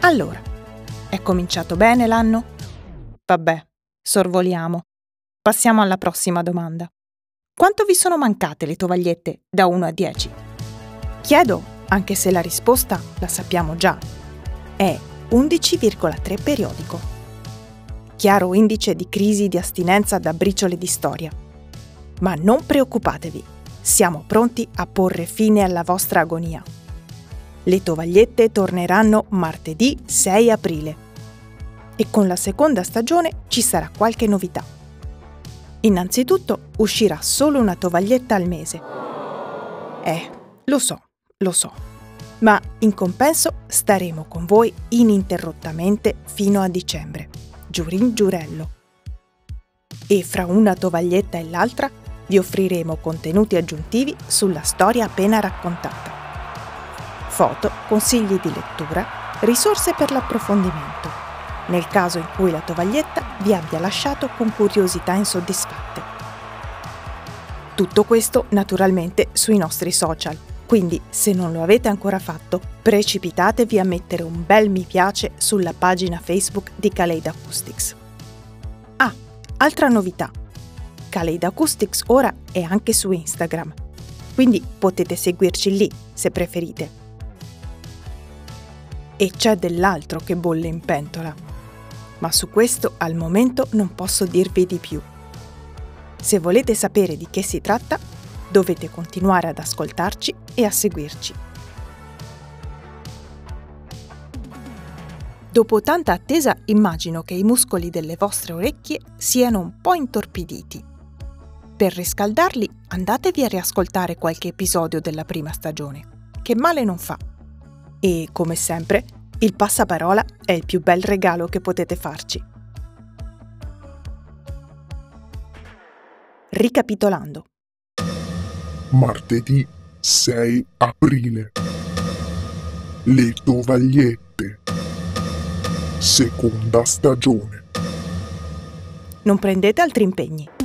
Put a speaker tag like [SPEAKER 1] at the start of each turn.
[SPEAKER 1] Allora, è cominciato bene l'anno? Vabbè, sorvoliamo. Passiamo alla prossima domanda. Quanto vi sono mancate le tovagliette da 1 a 10? Chiedo, anche se la risposta la sappiamo già. È 11,3 periodico. Chiaro indice di crisi di astinenza da briciole di storia. Ma non preoccupatevi, siamo pronti a porre fine alla vostra agonia. Le tovagliette torneranno martedì 6 aprile e con la seconda stagione ci sarà qualche novità. Innanzitutto uscirà solo una tovaglietta al mese. Lo so. Ma in compenso staremo con voi ininterrottamente fino a dicembre. Giurin giurello. E fra una tovaglietta e l'altra vi offriremo contenuti aggiuntivi sulla storia appena raccontata. Foto, consigli di lettura, risorse per l'approfondimento, nel caso in cui la tovaglietta vi abbia lasciato con curiosità insoddisfatte. Tutto questo naturalmente sui nostri social, quindi se non lo avete ancora fatto, precipitatevi a mettere un bel mi piace sulla pagina Facebook di Kaleid Acoustics. Ah, altra novità. Kaleid Acoustics ora è anche su Instagram, quindi potete seguirci lì se preferite. E c'è dell'altro che bolle in pentola, ma su questo al momento non posso dirvi di più. Se volete sapere di che si tratta, dovete continuare ad ascoltarci e a seguirci. Dopo tanta attesa, immagino che i muscoli delle vostre orecchie siano un po' intorpiditi. Per riscaldarli, andatevi a riascoltare qualche episodio della prima stagione, che male non fa. E, come sempre, il passaparola è il più bel regalo che potete farci. Ricapitolando.
[SPEAKER 2] Martedì 6 aprile. Le tovagliette. Seconda stagione.
[SPEAKER 1] Non prendete altri impegni.